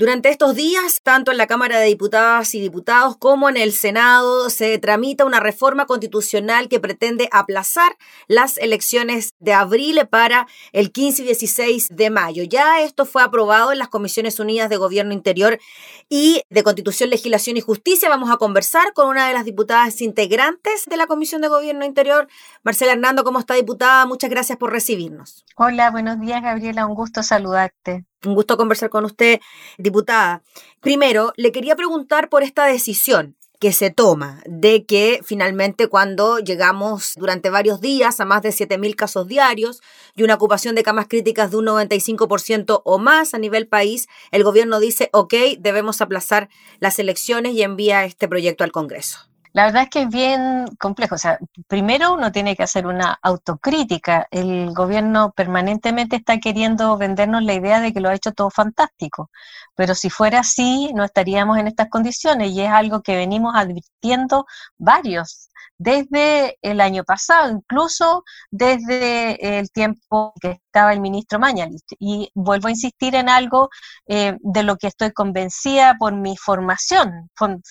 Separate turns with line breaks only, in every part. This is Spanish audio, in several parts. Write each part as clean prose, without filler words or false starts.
Durante estos días, tanto en la Cámara de Diputadas y Diputados como en el Senado, se tramita una reforma constitucional que pretende aplazar las elecciones de abril para el 15 y 16 de mayo. Ya esto fue aprobado en las Comisiones Unidas de Gobierno Interior y de Constitución, Legislación y Justicia. Vamos a conversar con una de las diputadas integrantes de la Comisión de Gobierno Interior, Marcela Hernando. ¿Cómo está, diputada? Muchas gracias por recibirnos.
Hola, buenos días, Gabriela. Un gusto saludarte.
Un gusto conversar con usted, diputada. Primero, le quería preguntar por esta decisión que se toma de que finalmente cuando llegamos durante varios días a más de 7.000 casos diarios y una ocupación de camas críticas de un 95% o más a nivel país, el gobierno dice, ok, debemos aplazar las elecciones y envía este proyecto al Congreso.
La verdad es que es bien complejo. O sea, primero uno tiene que hacer una autocrítica. El gobierno permanentemente está queriendo vendernos la idea de que lo ha hecho todo fantástico. Pero si fuera así, no estaríamos en estas condiciones y es algo que venimos advirtiendo varios desde el año pasado, incluso desde el tiempo que estaba el ministro Mañalich. Y vuelvo a insistir en algo de lo que estoy convencida por mi formación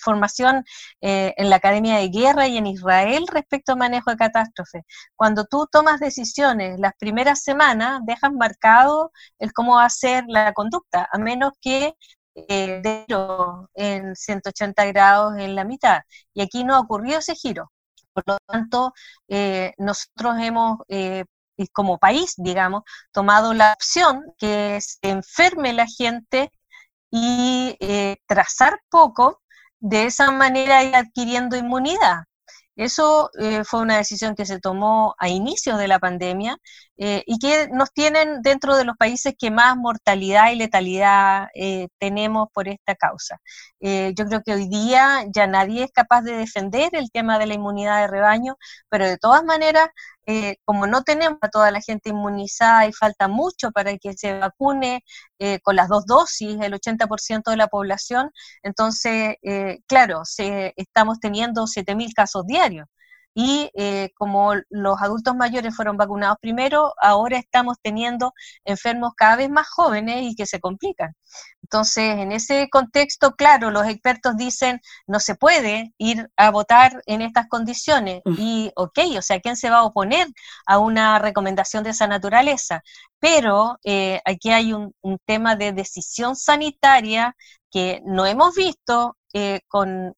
en la Academia de Guerra y en Israel respecto al manejo de catástrofes. Cuando tú tomas decisiones las primeras semanas, dejas marcado el cómo va a ser la conducta, a menos que de giro en 180 grados en la mitad. Y aquí no ocurrió ese giro. Por lo tanto, nosotros hemos, como país, digamos, tomado la opción que se enferme la gente y trazar poco, de esa manera ir adquiriendo inmunidad. Eso fue una decisión que se tomó a inicios de la pandemia y que nos tienen dentro de los países que más mortalidad y letalidad tenemos por esta causa. Yo creo que hoy día ya nadie es capaz de defender el tema de la inmunidad de rebaño, pero de todas maneras, como no tenemos a toda la gente inmunizada y falta mucho para que se vacune con las 2 dosis, el 80% de la población, entonces, claro, estamos teniendo 7.000 casos diarios. Y como los adultos mayores fueron vacunados primero, ahora estamos teniendo enfermos cada vez más jóvenes y que se complican. Entonces, en ese contexto, claro, los expertos dicen, no se puede ir a votar en estas condiciones. Y, ok, o sea, ¿quién se va a oponer a una recomendación de esa naturaleza? Pero aquí hay un tema de decisión sanitaria que no hemos visto con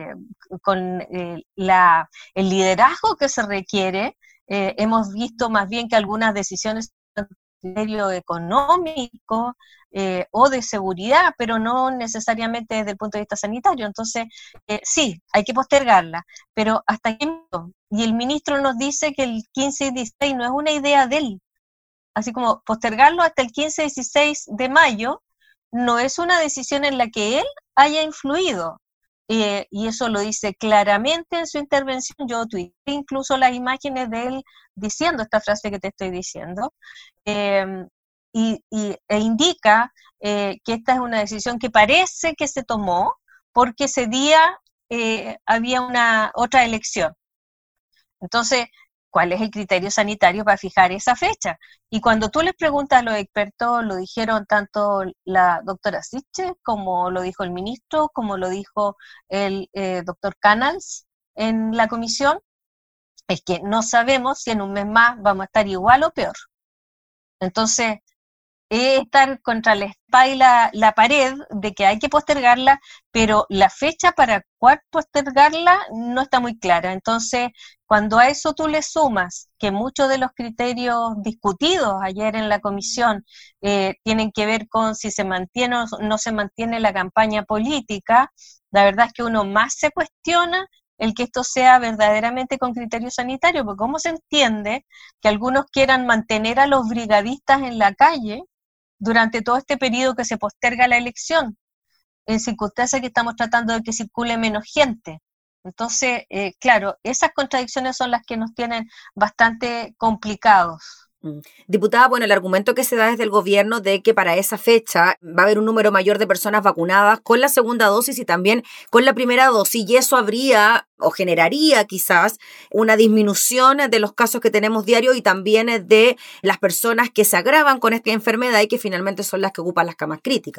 el liderazgo que se requiere. Hemos visto más bien que algunas decisiones de criterio económico o de seguridad, pero no necesariamente desde el punto de vista sanitario. Entonces, sí, hay que postergarla, pero ¿hasta qué punto? Y el ministro nos dice que el 15 y 16 no es una idea de él. Así como postergarlo hasta el 15 y 16 de mayo no es una decisión en la que él haya influido. Y eso lo dice claramente en su intervención. Yo tuiteé incluso las imágenes de él diciendo esta frase que te estoy diciendo, e indica que esta es una decisión que parece que se tomó porque ese día había una otra elección. Entonces, ¿cuál es el criterio sanitario para fijar esa fecha? Y cuando tú les preguntas a los expertos, lo dijeron tanto la doctora Siche, como lo dijo el ministro, como lo dijo el doctor Canals en la comisión, es que no sabemos si en un mes más vamos a estar igual o peor. Entonces, estar contra la espada y la pared de que hay que postergarla, pero la fecha para cuál postergarla no está muy clara. Entonces, cuando a eso tú le sumas que muchos de los criterios discutidos ayer en la comisión tienen que ver con si se mantiene o no se mantiene la campaña política, la verdad es que uno más se cuestiona el que esto sea verdaderamente con criterio sanitario, porque ¿cómo se entiende que algunos quieran mantener a los brigadistas en la calle durante todo este periodo que se posterga la elección, en circunstancias que estamos tratando de que circule menos gente? Entonces, claro, esas contradicciones son las que nos tienen bastante complicados.
Diputada, bueno, el argumento que se da desde el gobierno de que para esa fecha va a haber un número mayor de personas vacunadas con la segunda dosis y también con la primera dosis, y eso habría o generaría quizás una disminución de los casos que tenemos diarios y también de las personas que se agravan con esta enfermedad y que finalmente son las que ocupan las camas críticas.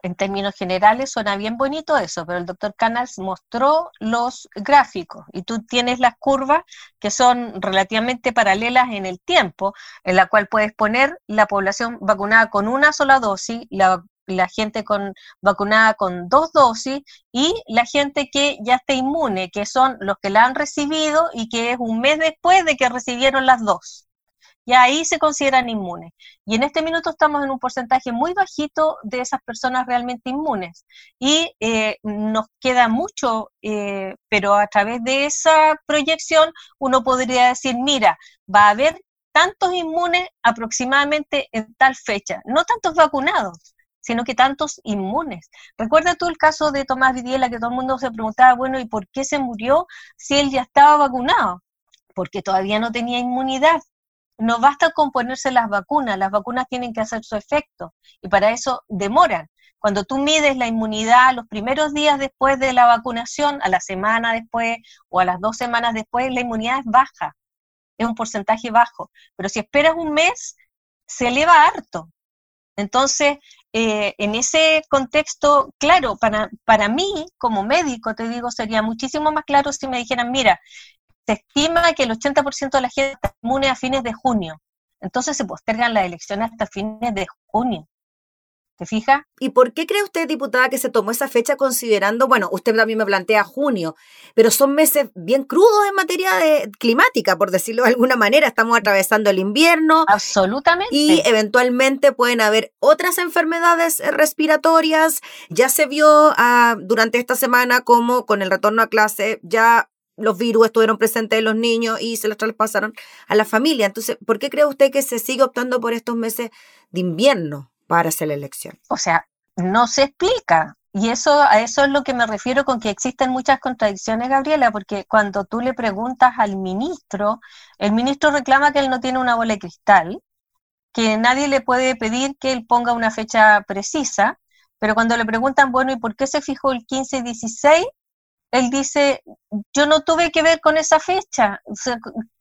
en términos generales suena bien bonito eso, pero el doctor Canals mostró los gráficos y tú tienes las curvas que son relativamente paralelas en el tiempo, en la cual puedes poner la población vacunada con una sola dosis, la gente vacunada con 2 dosis y la gente que ya está inmune, que son los que la han recibido y que es un mes después de que recibieron las 2. Y ahí se consideran inmunes. Y en este minuto estamos en un porcentaje muy bajito de esas personas realmente inmunes. Y nos queda mucho, pero a través de esa proyección uno podría decir, mira, va a haber tantos inmunes aproximadamente en tal fecha, no tantos vacunados, sino que tantos inmunes. Recuerda tú el caso de Tomás Vidiela, que todo el mundo se preguntaba, bueno, ¿y por qué se murió si él ya estaba vacunado? Porque todavía no tenía inmunidad. No basta con ponerse las vacunas tienen que hacer su efecto y para eso demoran. Cuando tú mides la inmunidad los primeros días después de la vacunación, a la semana después o a las 2 semanas después, la inmunidad es baja, es un porcentaje bajo, pero si esperas un mes, se eleva harto. Entonces, en ese contexto, claro, para mí como médico, te digo, sería muchísimo más claro si me dijeran, mira, se estima que el 80% de la gente está inmune a fines de junio. Entonces se postergan las elecciones hasta fines de junio. ¿Te fijas?
¿Y por qué cree usted, diputada, que se tomó esa fecha considerando, bueno, usted también me plantea junio, pero son meses bien crudos en materia climática, por decirlo de alguna manera? Estamos atravesando el invierno.
Absolutamente.
Y eventualmente pueden haber otras enfermedades respiratorias. Ya se vio durante esta semana como con el retorno a clase ya los virus estuvieron presentes en los niños y se los traspasaron a la familia. Entonces, ¿por qué cree usted que se sigue optando por estos meses de invierno para hacer la elección?
O sea, no se explica. Y a eso es lo que me refiero con que existen muchas contradicciones, Gabriela, porque cuando tú le preguntas al ministro, el ministro reclama que él no tiene una bola de cristal, que nadie le puede pedir que él ponga una fecha precisa, pero cuando le preguntan, bueno, ¿y por qué se fijó el 15 y 16? Él dice, yo no tuve que ver con esa fecha, o sea,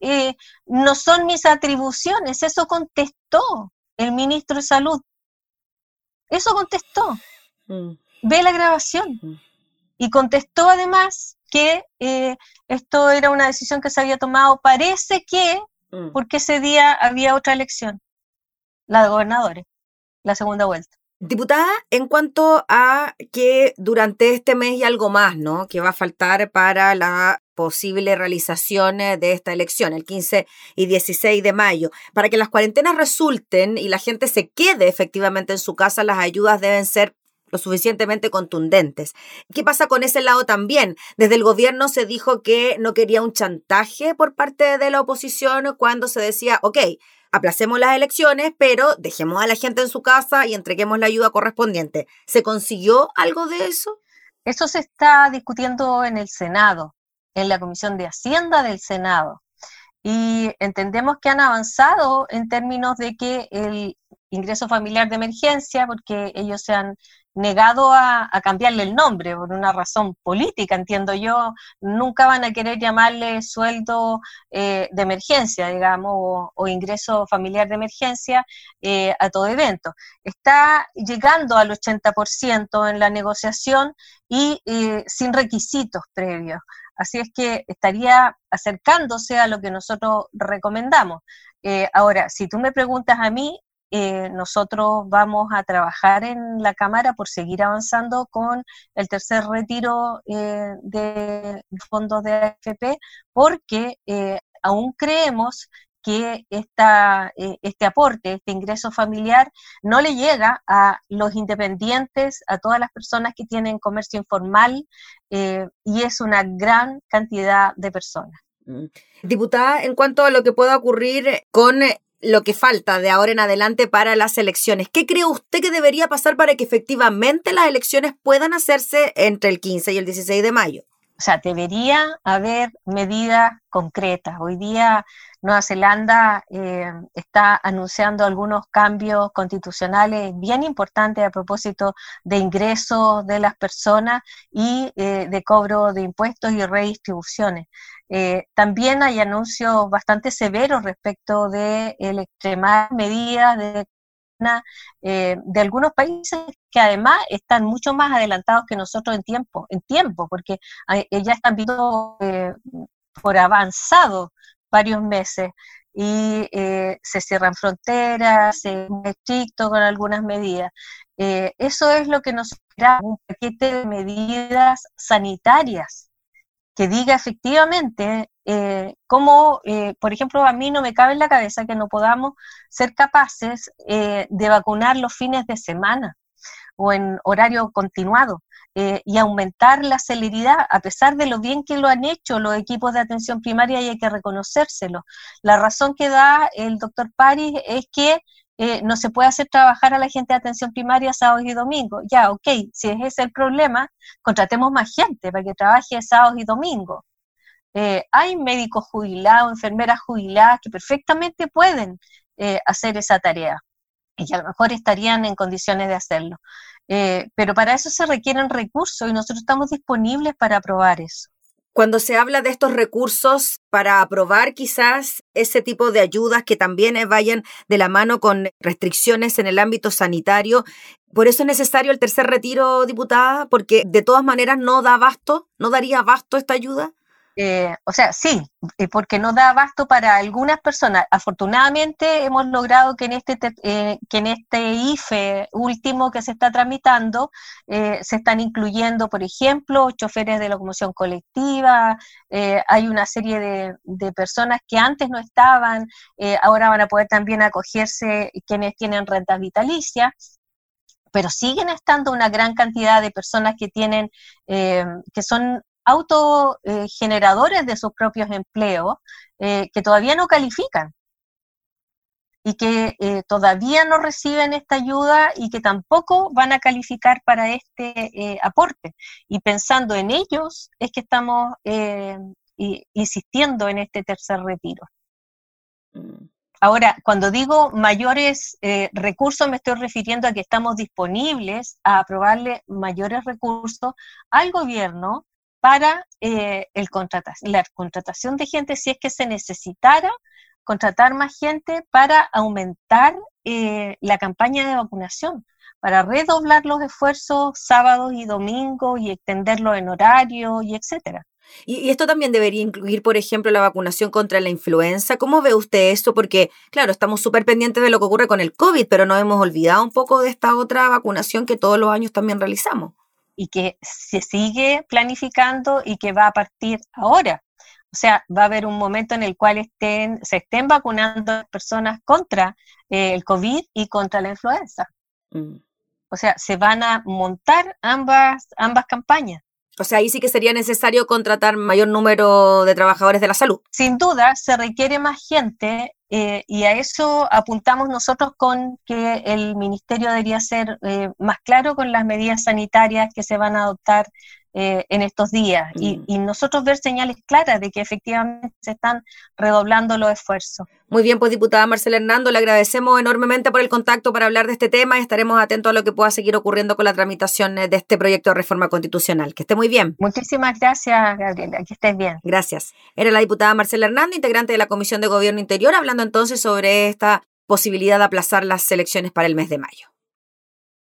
no son mis atribuciones, eso contestó el ministro de Salud, eso contestó, ve la grabación, y contestó además que esto era una decisión que se había tomado, parece que, porque ese día había otra elección, la de gobernadores, la segunda vuelta.
Diputada, en cuanto a que durante este mes y algo más, ¿no?, que va a faltar para la posible realización de esta elección, el 15 y 16 de mayo, para que las cuarentenas resulten y la gente se quede efectivamente en su casa, las ayudas deben ser lo suficientemente contundentes. ¿Qué pasa con ese lado también? Desde el gobierno se dijo que no quería un chantaje por parte de la oposición cuando se decía, ok, aplacemos las elecciones, pero dejemos a la gente en su casa y entreguemos la ayuda correspondiente. ¿Se consiguió algo de eso?
Eso se está discutiendo en el Senado, en la Comisión de Hacienda del Senado. Y entendemos que han avanzado en términos de que el ingreso familiar de emergencia, porque ellos se han negado a cambiarle el nombre por una razón política, entiendo yo, nunca van a querer llamarle sueldo de emergencia, digamos, o ingreso familiar de emergencia a todo evento. Está llegando al 80% en la negociación y sin requisitos previos. Así es que estaría acercándose a lo que nosotros recomendamos. Ahora, si tú me preguntas a mí, nosotros vamos a trabajar en la Cámara por seguir avanzando con el tercer retiro de fondos de AFP, porque aún creemos que este aporte, este ingreso familiar, no le llega a los independientes, a todas las personas que tienen comercio informal, y es una gran cantidad de personas.
Diputada, en cuanto a lo que pueda ocurrir con lo que falta de ahora en adelante para las elecciones, ¿qué cree usted que debería pasar para que efectivamente las elecciones puedan hacerse entre el 15 y el 16 de mayo?
O sea, debería haber medidas concretas. Hoy día Nueva Zelanda está anunciando algunos cambios constitucionales bien importantes a propósito de ingresos de las personas y de cobro de impuestos y redistribuciones. También hay anuncios bastante severos respecto de extremar medidas de de algunos países que además están mucho más adelantados que nosotros en tiempo, porque ya están viendo por avanzado varios meses y se cierran fronteras, se es muy estricto con algunas medidas. Eso es lo que nos espera, un paquete de medidas sanitarias que diga efectivamente cómo, por ejemplo, a mí no me cabe en la cabeza que no podamos ser capaces de vacunar los fines de semana o en horario continuado y aumentar la celeridad, a pesar de lo bien que lo han hecho los equipos de atención primaria, y hay que reconocérselo. La razón que da el doctor París es que no se puede hacer trabajar a la gente de atención primaria sábados y domingos. Ya, ok, si ese es el problema, contratemos más gente para que trabaje sábados y domingos. Hay médicos jubilados, enfermeras jubiladas que perfectamente pueden hacer esa tarea y que a lo mejor estarían en condiciones de hacerlo. Pero para eso se requieren recursos y nosotros estamos disponibles para aprobar eso.
Cuando se habla de estos recursos para aprobar quizás ese tipo de ayudas que también vayan de la mano con restricciones en el ámbito sanitario, ¿por eso es necesario el tercer retiro, diputada? Porque de todas maneras no daría abasto esta ayuda.
O sea, sí, porque no da abasto para algunas personas. Afortunadamente hemos logrado que en este IFE último que se está tramitando se están incluyendo, por ejemplo, choferes de locomoción colectiva, hay una serie de personas que antes no estaban, ahora van a poder también acogerse quienes tienen rentas vitalicias, pero siguen estando una gran cantidad de personas que tienen, que son autogeneradores de sus propios empleos, que todavía no califican y que todavía no reciben esta ayuda y que tampoco van a calificar para este aporte. Y pensando en ellos es que estamos insistiendo en este tercer retiro. Ahora, cuando digo mayores recursos, me estoy refiriendo a que estamos disponibles a aprobarle mayores recursos al gobierno para la contratación de gente, si es que se necesitara contratar más gente para aumentar la campaña de vacunación, para redoblar los esfuerzos sábados y domingos y extenderlo en horario y etcétera.
Y esto también debería incluir, por ejemplo, la vacunación contra la influenza. ¿Cómo ve usted eso? Porque, claro, estamos súper pendientes de lo que ocurre con el COVID, pero nos hemos olvidado un poco de esta otra vacunación que todos los años también realizamos.
Y que se sigue planificando y que va a partir ahora. O sea, va a haber un momento en el cual se estén vacunando a las personas contra el COVID y contra la influenza. O sea, se van a montar ambas campañas.
O sea, ahí sí que sería necesario contratar mayor número de trabajadores de la salud.
Sin duda, se requiere más gente y a eso apuntamos nosotros con que el ministerio debería ser más claro con las medidas sanitarias que se van a adoptar en estos días y nosotros ver señales claras de que efectivamente se están redoblando los esfuerzos.
Muy bien, pues diputada Marcela Hernando, le agradecemos enormemente por el contacto para hablar de este tema y estaremos atentos a lo que pueda seguir ocurriendo con la tramitación de este proyecto de reforma constitucional. Que esté muy bien.
Muchísimas gracias, Gabriela, que estés bien.
Gracias. Era la diputada Marcela Hernando, integrante de la Comisión de Gobierno Interior, hablando entonces sobre esta posibilidad de aplazar las elecciones para el mes de mayo.